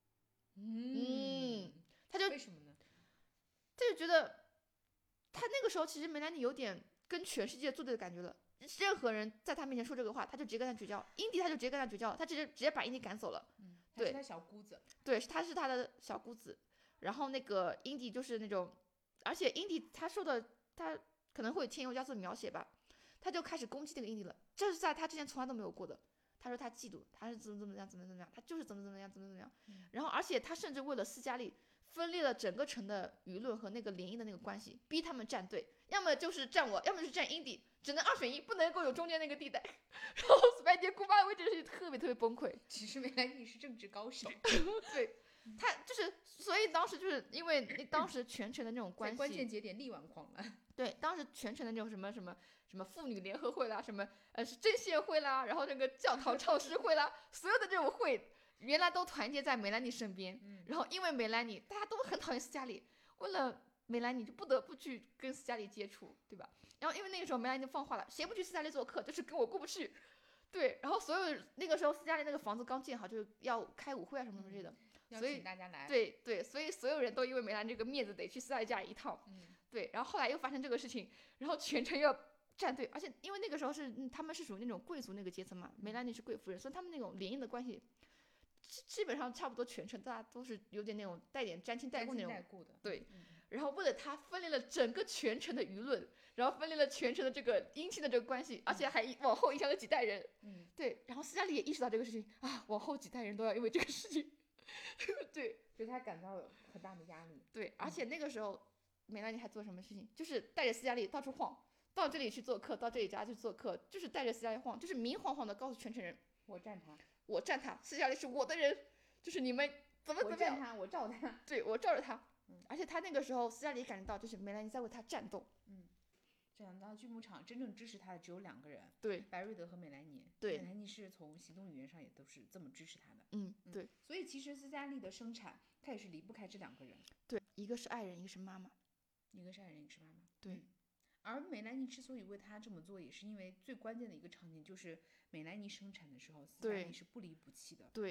嗯， 他就为什么呢？ 他就觉得，他那个时候其实梅兰妮有点跟全世界作对的感觉了。任何人在他面前说这个话，他就直接跟他绝交。英迪他就直接跟他绝交了，他直接直接把英迪赶走了。 嗯， 对， 他是他小姑子。 对，他是他的小姑子。然后那个英迪就是那种，而且英迪他说的，他可能会添油加醋描写吧，他就开始攻击这个英迪了。这是在他之前从来都没有过的。他说他嫉妒，他是怎么怎么样，怎么怎么样，他就是怎么怎么样，怎么怎么样。 嗯、 然后，而且他甚至为了斯嘉丽。分裂了整个城的舆论和那个联姻的那个关系，逼他们站队，要么就是站我，要么就是站英迪，只能二选一，不能够有中间那个地带。然后斯派杰姑妈为这个事情特别特别崩溃。 其实梅兰妮是政治高手， 对，他就是，所以当时就是因为当时全城的那种关系， 关键节点力挽狂澜。 对，当时全城的那种什么什么什么妇女联合会啦，什么呃是针线会啦，然后那个教堂唱诗会啦，所有的这种会。原来都团结在梅兰妮身边， 嗯、 然后因为梅兰妮，大家都很讨厌斯嘉丽，为了梅兰妮就不得不去跟斯嘉丽接触，对吧？然后因为那个时候梅兰妮放话了，谁不去斯嘉丽做客，就是跟我过不去，对。然后所有那个时候斯嘉丽那个房子刚建好，就是要开舞会啊什么之类的， 嗯、 所以大家来， 对对，所以所有人都因为梅兰妮这个面子得去斯嘉丽家一趟， 嗯， 对。然后后来又发生这个事情，然后全程要站队，而且因为那个时候是、嗯、他们是属于那种贵族那个阶层嘛，梅兰妮是贵夫人，所以他们那种联姻的关系。基本上差不多全程大家都是有点那种带点沾亲带故那种，对、 嗯。 然后为了他分裂了整个全城的舆论，然后分裂了全城的这个姻亲的这个关系，而且还往后影响了几代人。 嗯， 对。然后斯嘉丽也意识到这个事情啊，往后几代人都要因为这个事情，对， 所以他感到有很大的压力。 对，而且那个时候梅兰妮还做什么事情？就是带着斯嘉丽到处晃，到这里去做客，到这里家去做客，就是带着斯嘉丽晃，就是明晃晃的告诉全城人， 我站他。 我站他，斯嘉丽是我的人，就是你们怎么怎么样， 我站他，我罩他， 对我罩着他， 嗯， 而且他那个时候斯嘉丽感觉到，就是梅兰妮在为他战斗， 嗯，这样到剧牧场真正支持他的只有两个人， 对， 白瑞德和美兰妮， 对， 美兰妮是从行动语言上也都是这么支持他的， 嗯，对， 嗯，所以其实斯嘉丽的生产，他也是离不开这两个人， 对，一个是爱人，一个是妈妈， 一个是爱人，一个是妈妈， 对。 嗯，而梅兰妮之所以为他这么做，也是因为最关键的一个场景就是美兰妮生产的时候，斯嘉丽是不离不弃的。 对，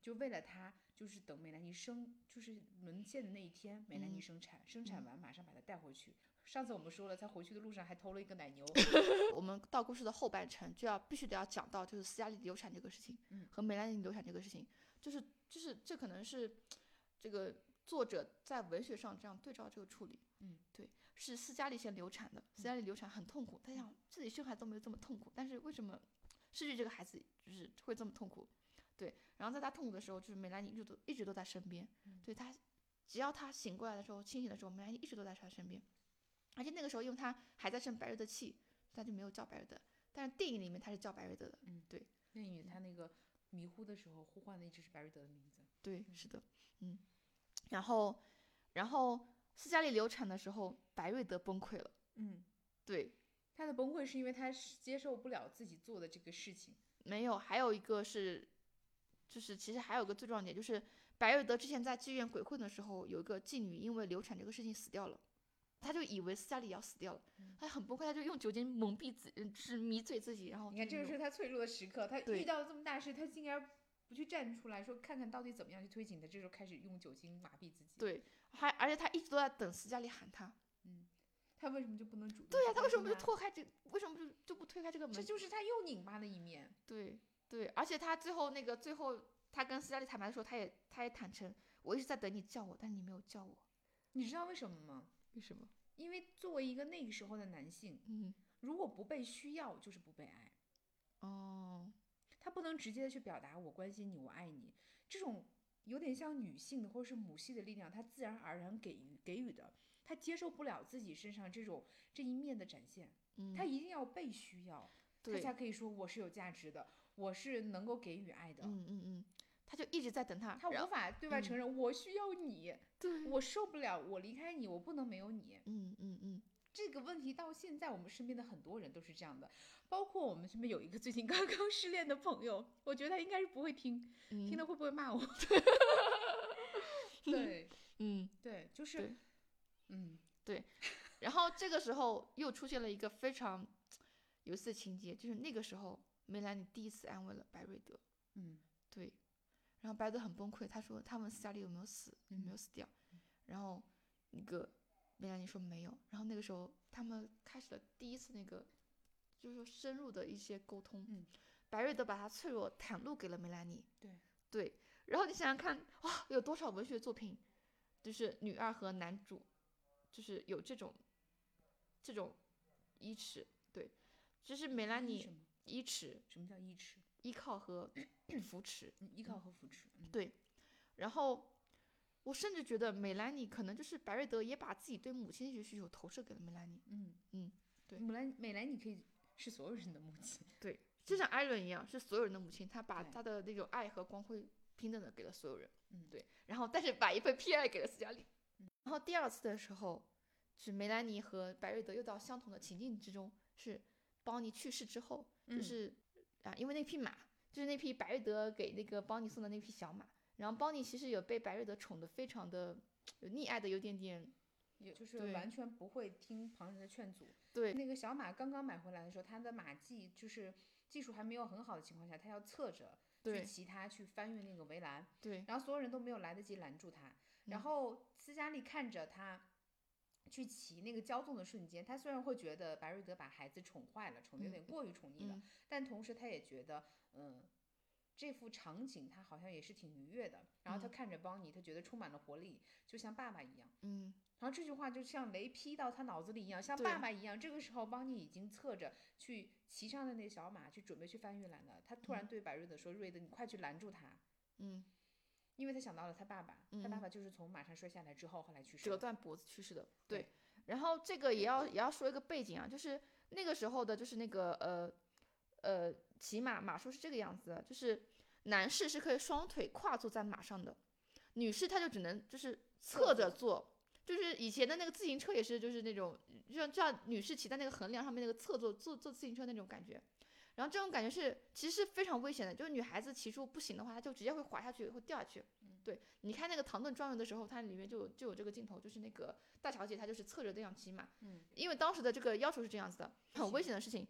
就为了他，就是等美兰妮生，就是沦陷的那一天，美兰妮生产，嗯、生产完马上把她带回去。上次我们说了，在回去的路上还偷了一个奶牛。 我们到故事的后半程就要必须得要讲到，就是斯嘉丽流产这个事情，嗯，和梅兰妮流产这个事情，就是就是这可能是这个作者在文学上这样对照这个处理，嗯，对，是斯嘉丽先流产的，斯嘉丽流产很痛苦，他想自己生孩子都没有这么痛苦，但是为什么失去这个孩子就是会这么痛苦？对，然后在他痛苦的时候，就是梅兰妮一直都一直都在身边，嗯、对他，只要他醒过来的时候，清醒的时候，梅兰妮一直都在他身边。而且那个时候，因为他还在生白瑞德气，他就没有叫白瑞德。但是电影里面他是叫白瑞德的，嗯，对。 电影里他那个迷糊的时候呼唤的一直是白瑞德的名字。 对，是的，嗯。然后，然后斯嘉丽流产的时候，白瑞德崩溃了，嗯，对。 他的崩溃是因为他接受不了自己做的这个事情。 没有，还有一个是，就是其实还有一个最重要的点，就是白瑞德之前在妓院鬼混的时候，有一个妓女因为流产这个事情死掉了。他就以为斯嘉丽要死掉了，嗯、他很崩溃，他就用酒精蒙蔽自己，就是迷醉自己。然后你看，这个是他脆弱的时刻，他遇到了这么大事，他竟然不去站出来说看看到底怎么样去推进的，这时候开始用酒精麻痹自己。 对，还而且他一直都在等斯嘉丽喊他。 嗯，他为什么就不能主动？ 对呀、啊，他为什么就拖开这？为什么就就不推开这个门？ 这就是他又拧巴的一面。 对对，而且他最后那个最后他跟斯嘉丽坦白的时候，他也他也坦诚，我一直在等你叫我，但是你没有叫我。 你知道为什么吗？ 为什么？ 因为作为一个那个时候的男性，嗯，如果不被需要，就是不被爱。 哦， 他不能直接的去表达我关心你，我爱你，这种有点像女性的或者是母系的力量，他自然而然给予给予的，他接受不了自己身上这种这一面的展现，嗯，他一定要被需要，他才可以说我是有价值的，我是能够给予爱的。 嗯嗯嗯。他就一直在等他， 他无法对外承认、嗯、我需要你， 对， 我受不了，我离开你，我不能没有你。 嗯嗯嗯， 这个问题到现在我们身边的很多人都是这样的，包括我们身边有一个最近刚刚失恋的朋友，我觉得他应该是不会听，嗯、听了会不会骂我？对， 嗯， 对，就是，嗯， 对。然后这个时候又出现了一个非常有意思的情节，就是那个时候梅兰妮第一次安慰了白瑞德， 嗯， 对。然后白德很崩溃，他说他问斯嘉丽有没有死，有没有死掉， 嗯、 然后那个梅兰妮说没有，然后那个时候他们开始了第一次那个就是说深入的一些沟通， 嗯， 白瑞德把他脆弱袒露给了梅兰妮， 对对，然后你想想看，哇，有多少文学作品，就是女二和男主，就是有这种这种依持，对，就是梅兰妮依持， 什么叫依持？ 依靠和扶持， 嗯、依靠和扶持、 嗯，对。然后我甚至觉得梅兰妮可能就是白瑞德也把自己对母亲的需求投射给了梅兰妮。 嗯嗯，对。 梅兰梅兰妮可以是所有人的母亲， 对，就像艾伦一样，是所有人的母亲，她把她的那种爱和光辉平等的给了所有人。 嗯， 对。然后，但是把一份偏爱给了斯嘉丽。嗯、然后第二次的时候，是梅兰妮和白瑞德又到相同的情境之中，是邦尼去世之后，就是。嗯啊，因为那匹马就是那匹白瑞德给那个邦尼送的那匹小马，然后邦尼其实有被白瑞德宠得非常的有溺爱的有点点， 也就是完全不会听旁人的劝阻。 对， 那个小马刚刚买回来的时候，他的马技就是技术还没有很好的情况下，他要侧着去骑它去翻越那个围栏， 对， 然后所有人都没有来得及拦住他，然后斯嘉丽看着他去骑那个骄纵的瞬间，他虽然会觉得白瑞德把孩子宠坏了，宠得有点过于宠溺了， 嗯、 但同时他也觉得，嗯，这幅场景他好像也是挺愉悦的。然后他看着邦尼，他觉得充满了活力，就像爸爸一样。 嗯， 然后这句话就像雷劈到他脑子里一样，像爸爸一样。这个时候，邦尼已经侧着去骑上的那个小马，去准备去翻越栏了。他突然对白瑞德说：“嗯、瑞德，你快去拦住他。” 嗯。 因为他想到了他爸爸， 嗯、 他爸爸就是从马上摔下来之后，后来去世， 折断脖子去世的。对，然后这个也要也要说一个背景啊，就是那个时候的，就是那个呃呃骑马马术是这个样子的，就是男士是可以双腿跨坐在马上的，女士她就只能就是侧着坐，就是以前的那个自行车也是就是那种就像就像女士骑在那个横梁上面那个侧坐坐坐自行车那种感觉。然后这种感觉是其实是非常危险的，就是女孩子骑出不行的话，她就直接会滑下去，会掉下去。 嗯、 对，你看那个《唐顿庄园》的时候，它里面就有就有这个镜头，就是那个大小姐她就是侧着这样骑马， 嗯， 因为当时的这个要求是这样子的，很危险的事情。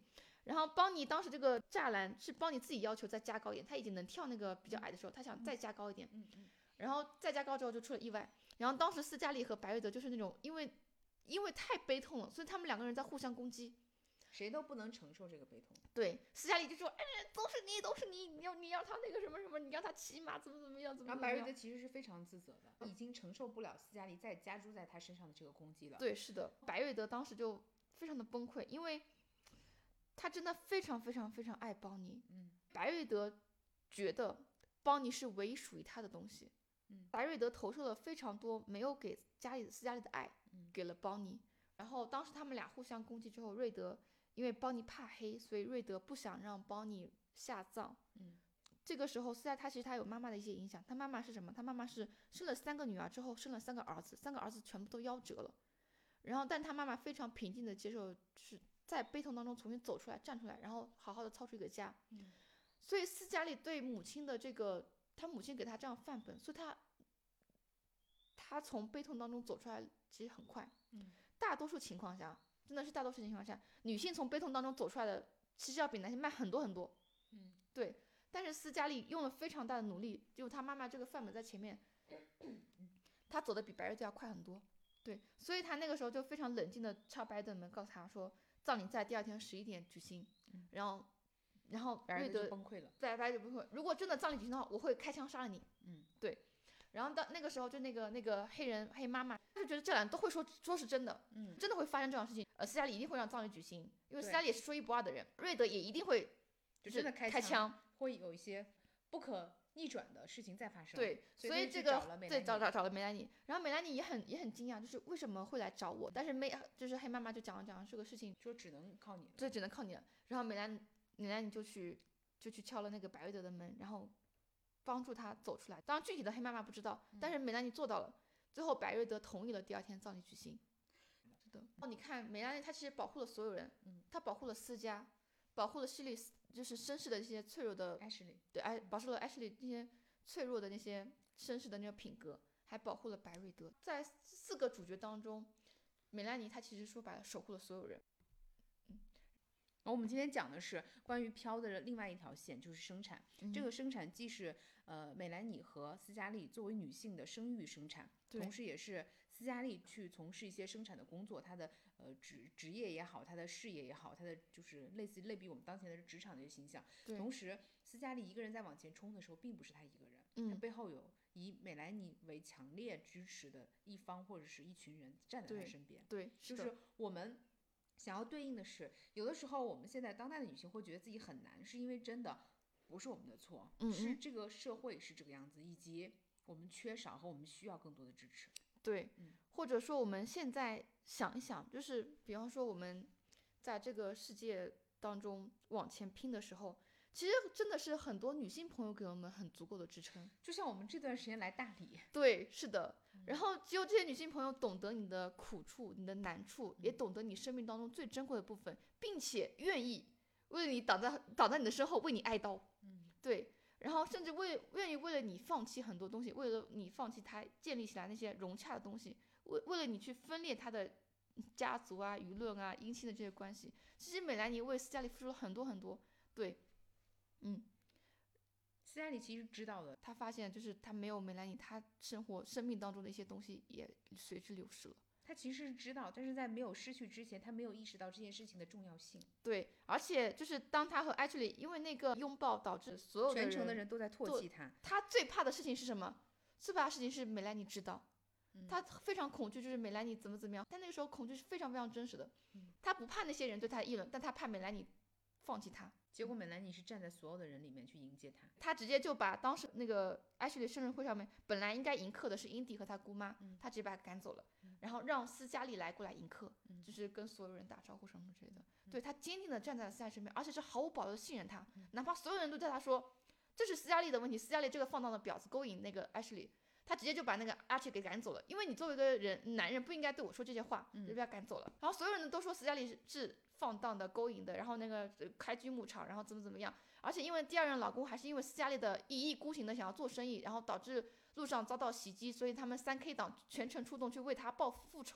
然后邦尼当时这个栅栏是邦尼自己要求再加高一点，他已经能跳那个比较矮的时候，他想再加高一点， 嗯嗯， 然后再加高之后就出了意外。然后当时斯嘉丽和白瑞德就是那种因为因为太悲痛了，所以他们两个人在互相攻击。 谁都不能承受这个悲痛。 对，斯嘉丽就说：“哎，都是你，都是你，你要你要他那个什么什么，你让他骑马怎么怎么样，怎么怎么样。” 然后白瑞德其实是非常自责的，已经承受不了斯嘉丽再加诸在他身上的这个攻击了。 对，是的，白瑞德当时就非常的崩溃，因为他真的非常非常非常爱邦尼。 嗯， 白瑞德觉得邦尼是唯一属于他的东西。 嗯， 白瑞德投射了非常多没有给家里斯嘉丽的爱， 嗯， 给了邦尼。然后当时他们俩互相攻击之后，瑞德因为邦尼怕黑，所以瑞德不想让邦尼下葬。 嗯， 这个时候斯嘉他其实他有妈妈的一些影响，他妈妈是什么？他妈妈是生了三个女儿之后生了三个儿子，三个儿子全部都夭折了。然后但他妈妈非常平静的接受，就是在悲痛当中重新走出来，站出来，然后好好的操出一个家。 嗯， 所以斯嘉丽对母亲的这个，他母亲给他这样范本，所以他他从悲痛当中走出来其实很快。 嗯， 大多数情况下，真的是大多数情况下，女性从悲痛当中走出来的，其实要比男性慢很多很多。 嗯， 对。但是斯嘉丽用了非常大的努力，就他妈妈这个范本在前面，他走的比白瑞德要快很多。对，所以他那个时候就非常冷静的敲白瑞德门，告诉他说，葬礼在第二天十一点举行。 嗯， 然后，然后白瑞德德崩溃了。 对，白瑞德崩溃。如果真的葬礼举行的话，我会开枪杀了你。 嗯， 对。然后到那个时候，就那个那个黑人黑妈妈，就觉得这俩人都会说说是真的， 嗯， 真的会发生这样的事情。呃，斯嘉丽一定会让葬礼举行，因为斯对嘉丽也是说一不二的人，瑞德也一定会就真的开开枪， 会有一些不可逆转的事情再发生。 对， 所以这个对找找找找了梅兰妮，然后梅兰妮也很也很惊讶，就是为什么会来找我？但是梅就是黑妈妈就讲了讲这个事情， 说只能靠你了， 这只能靠你了。然后梅兰梅兰妮就去就去敲了那个白瑞德的门，然后帮助他走出来。当然具体的黑妈妈不知道，但是梅兰妮做到了。最后白瑞德同意了第二天葬礼举行。是的。哦，你看梅兰妮她其实保护了所有人， 嗯， 她保护了斯嘉，保护了希利斯，就是绅士的一些脆弱的艾什莉， 对，艾保护了艾什莉那些脆弱的那些绅士的那个品格，还保护了白瑞德。在四个主角当中，梅兰妮她其实说白了守护了所有人。 然后我们今天讲的是关于飘的另外一条线，就是生产。 嗯、 这个生产既是呃美兰妮和斯嘉丽作为女性的生育生产，同时也是斯嘉丽去从事一些生产的工作，她的呃职职业也好，她的事业也好，她的就是类似类比我们当前的职场的一个形象。同时，斯嘉丽一个人在往前冲的时候，并不是她一个人， 嗯， 她背后有以美兰妮为强烈支持的一方或者是一群人站在她身边。 对，对就是我们想要对应的是，有的时候我们现在当代的女性会觉得自己很难，是因为真的不是我们的错， 嗯嗯是这个社会是这个样子，以及我们缺少和我们需要更多的支持。 对， 嗯， 或者说我们现在想一想，就是比方说我们在这个世界当中往前拼的时候，其实真的是很多女性朋友给我们很足够的支撑。 就像我们这段时间来大理， 对，是的。然后只有这些女性朋友懂得你的苦处、你的难处，也懂得你生命当中最珍贵的部分，并且愿意为了你挡在挡在你的身后为你挨刀。 嗯， 对。然后甚至为愿意为了你放弃很多东西，为了你放弃他建立起来那些融洽的东西，为为了你去分裂他的家族啊、舆论啊、姻亲的这些关系。其实美兰妮为斯嘉丽付出了很多很多。对，嗯。 斯嘉丽其实知道的， 他发现就是他没有梅兰妮，他生活生命当中的一些东西也随之流失了。 他其实是知道，但是在没有失去之前，他没有意识到这件事情的重要性。 对，而且就是当他和艾曲里因为那个拥抱导致所有的人全城的人都在唾弃他， 他最怕的事情是什么？最怕的事情是梅兰妮知道， 嗯、 他非常恐惧，就是梅兰妮怎么怎么样。但那个时候恐惧是非常非常真实的， 嗯、 他不怕那些人对他议论，但他怕梅兰妮放弃他。 结果美兰妮是站在所有的人里面去迎接他， 他直接就把当时那个艾许莉生日会上面本来应该迎客的是英迪和他姑妈， 嗯、 他直接把他赶走了， 嗯、 然后让斯嘉丽来过来迎客， 嗯、 就是跟所有人打招呼什么之类的。 嗯、 对，他坚定的站在了斯嘉丽身边，而且是毫无保留的信任他， 嗯、 哪怕所有人都对他说这是斯嘉丽的问题，斯嘉丽这个放荡的婊子勾引那个艾许莉，他直接就把那个阿奇给赶走了，因为你作为一个人男人不应该对我说这些话， 嗯、 就被他赶走了。然后所有人都说斯嘉丽是是放荡的、勾引的，然后那个开锯牧场，然后怎么怎么样。而且因为第二任老公还是因为斯嘉丽的一意孤行的想要做生意，然后导致路上遭到袭击，所以他们三 K 党全程出动去为他报复复仇。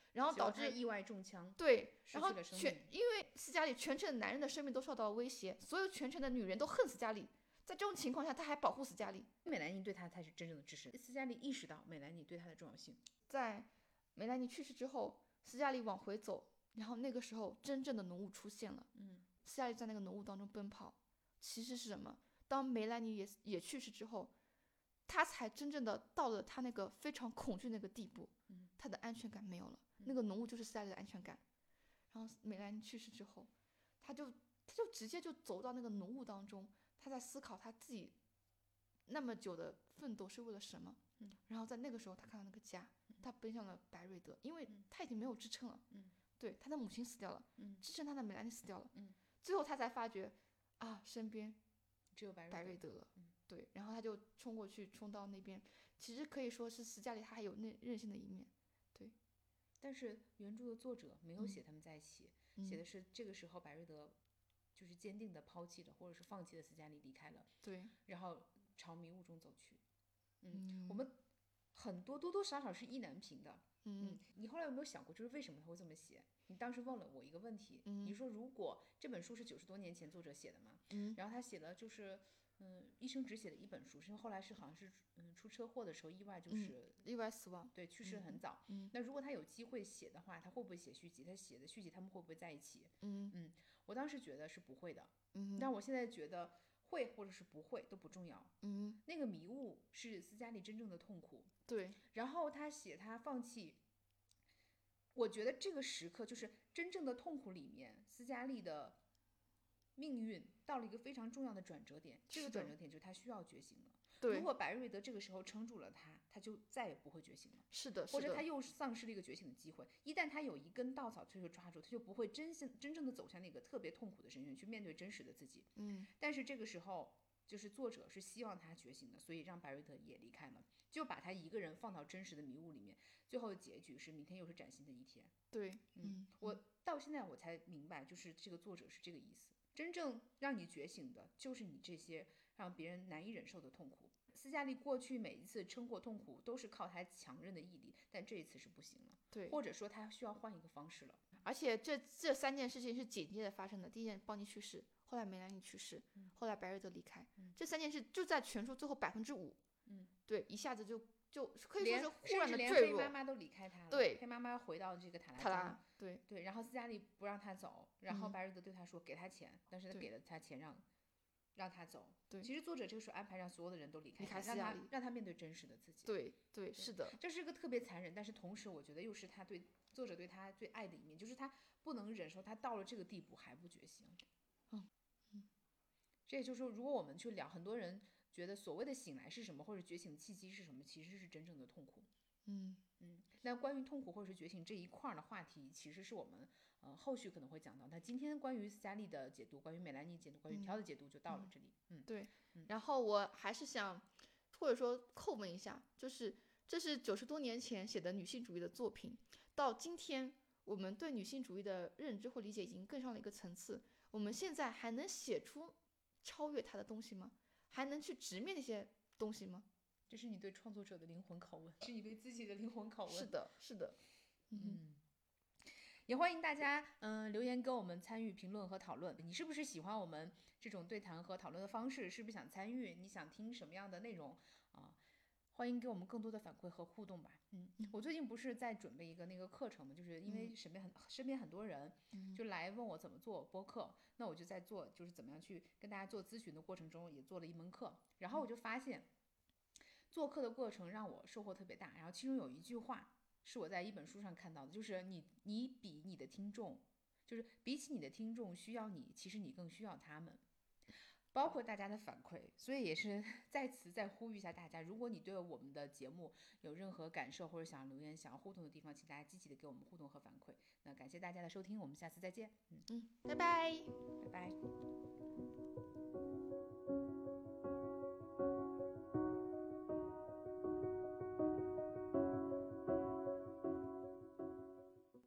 然后导致结果他意外中枪， 对， 失然后去了生命。 全因为斯嘉丽全城的男人的生命都受到了威胁，所有全城的女人都恨斯嘉丽，在这种情况下，他还保护斯嘉丽。 美莱妮对他才是真正的支持。斯嘉丽意识到美莱妮对他的重要性。 在梅兰妮去世之后，斯嘉丽往回走，然后那个时候真正的浓雾出现了。 嗯， 斯嘉丽在那个浓雾当中奔跑，其实是什么？当梅兰妮也也去世之后，他才真正的到了他那个非常恐惧那个地步。 嗯， 他的安全感没有了， 嗯、 那个浓雾就是斯嘉丽的安全感。然后梅兰妮去世之后，他就他就直接就走到那个浓雾当中，他在思考他自己那么久的奋斗是为了什么。 嗯， 然后在那个时候，他看到那个家，他奔向了白瑞德，因为他已经没有支撑了。 嗯， 对，他的母亲死掉了， 嗯， 支撑他的梅兰妮死掉了。 嗯， 最后他才发觉，啊，身边只有白白瑞德了。 嗯， 对，然后他就冲过去，冲到那边。其实可以说是斯嘉丽，他还有那任性的一面。对， 但是原著的作者没有写他们在一起， 嗯、 写的是这个时候白瑞德就是坚定的抛弃了，或者是放弃了斯嘉丽，离开了。 对， 然后朝迷雾中走去。嗯， 嗯我们很多多多少少是意难平的。 嗯， 嗯，你后来有没有想过，就是为什么他会这么写？你当时问了我一个问题， 嗯、 你说如果这本书是九十多年前作者写的嘛， 嗯， 然后他写了就是嗯一生只写了一本书，是因为后来是好像是嗯出车祸的时候意外就是、 嗯、意外死亡， 对，去世得很早。 嗯， 那如果他有机会写的话，他会不会写续集？他写的续集他们会不会在一起？ 嗯嗯，我当时觉得是不会的。 嗯， 但我现在觉得会或者是不会都不重要。 嗯， 那个迷雾是斯嘉丽真正的痛苦。 对， 然后他写他放弃，我觉得这个时刻就是真正的痛苦里面，斯嘉丽的命运到了一个非常重要的转折点。这个转折点就是他需要觉醒了。 对， 如果白瑞德这个时候撑住了他，他就再也不会觉醒了。 是的， 或者他又丧失了一个觉醒的机会。一旦他有一根稻草推着抓住，他就不会真正真正的走向那个特别痛苦的深渊，去面对真实的自己。 嗯， 但是这个时候，就是作者是希望他觉醒的，所以让白瑞德也离开了，就把他一个人放到真实的迷雾里面。最后的结局是明天又是崭新的一天。 对， 嗯， 嗯我到现在我才明白，就是这个作者是这个意思。真正让你觉醒的，就是你这些让别人难以忍受的痛苦。斯嘉丽过去每一次撑过痛苦都是靠她强韧的毅力，但这一次是不行了。 对， 或者说她需要换一个方式了。 而且这这三件事情是紧接着发生的。第一件，邦尼去世，后来梅兰妮去世， 嗯、 后来白瑞德离开、 嗯， 这三件事就在全书最后百分之五。嗯，对，一下子就就可以说是忽然的坠落。连黑妈妈都离开他了。 对， 黑妈妈回到这个塔拉塔拉，对对，然后斯嘉丽不让他走，然后白瑞德对他说、嗯、给他钱，但是他给了他钱让让他走。 对， 其实作者这个时候安排让所有的人都离开他， 离开让他让他面对真实的自己。 对对，是的， 这是一个特别残忍，但是同时我觉得又是他对作者对他最爱的一面，就是他不能忍受他到了这个地步还不觉醒。 嗯嗯， 这也就是说，如果我们去聊，很多人觉得所谓的醒来是什么，或者觉醒的契机是什么，其实是真正的痛苦。 嗯嗯，那关于痛苦或者是觉醒这一块的话题，其实是我们呃后续可能会讲到。那今天关于斯嘉丽的解读，关于美兰妮解读，关于飘的解读就到了这里。嗯， 嗯对嗯。 然后我还是想，或者说叩问一下，就是这是九十多年前写的女性主义的作品，到今天我们对女性主义的认知或理解已经更上了一个层次。我们现在还能写出超越它的东西吗？还能去直面那些东西吗？ 这是你对创作者的灵魂拷问，是你对自己的灵魂拷问。 是的，是的。 嗯，嗯也欢迎大家嗯、呃、留言跟我们参与评论和讨论。你是不是喜欢我们这种对谈和讨论的方式？是不是想参与？你想听什么样的内容啊？欢迎给我们更多的反馈和互动吧。嗯，我最近不是在准备一个那个课程嘛，就是因为身边很、嗯、身边很多人就来问我怎么做播客，嗯、那我就在做，就是怎么样去跟大家做咨询的过程中也做了一门课，然后我就发现。做课的过程让我收获特别大，然后其中有一句话是我在一本书上看到的，就是你你比你的听众，就是比起你的听众需要你，其实你更需要他们，包括大家的反馈。所以也是在此再呼吁一下大家，如果你对我们的节目有任何感受或者想留言想要互动的地方，请大家积极的给我们互动和反馈。那感谢大家的收听，我们下次再见。嗯嗯，拜拜， 拜拜。